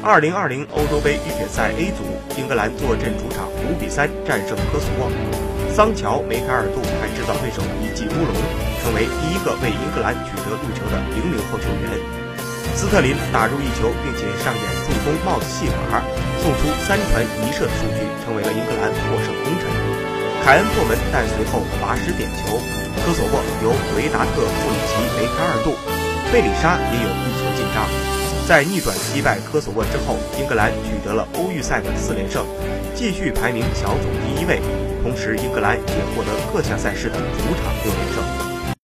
2020欧洲杯预选赛 A 组，英格兰坐镇主场5-3战胜科索沃。桑乔、梅开二度，还制造对手一记乌龙，成为第一个为英格兰取得入球的00后球员。斯特林打入一球，并且上演助攻帽子戏法，送出3传1射的数据，成为了英格兰获胜功臣。凯恩破门，但随后罚失点球。科索沃由维达特·布里奇梅开二度，贝里莎也有一球进账。在逆转击败科索沃之后，英格兰取得了欧预赛的4连胜，继续排名小组第1位。同时，英格兰也获得各项赛事的主场6连胜。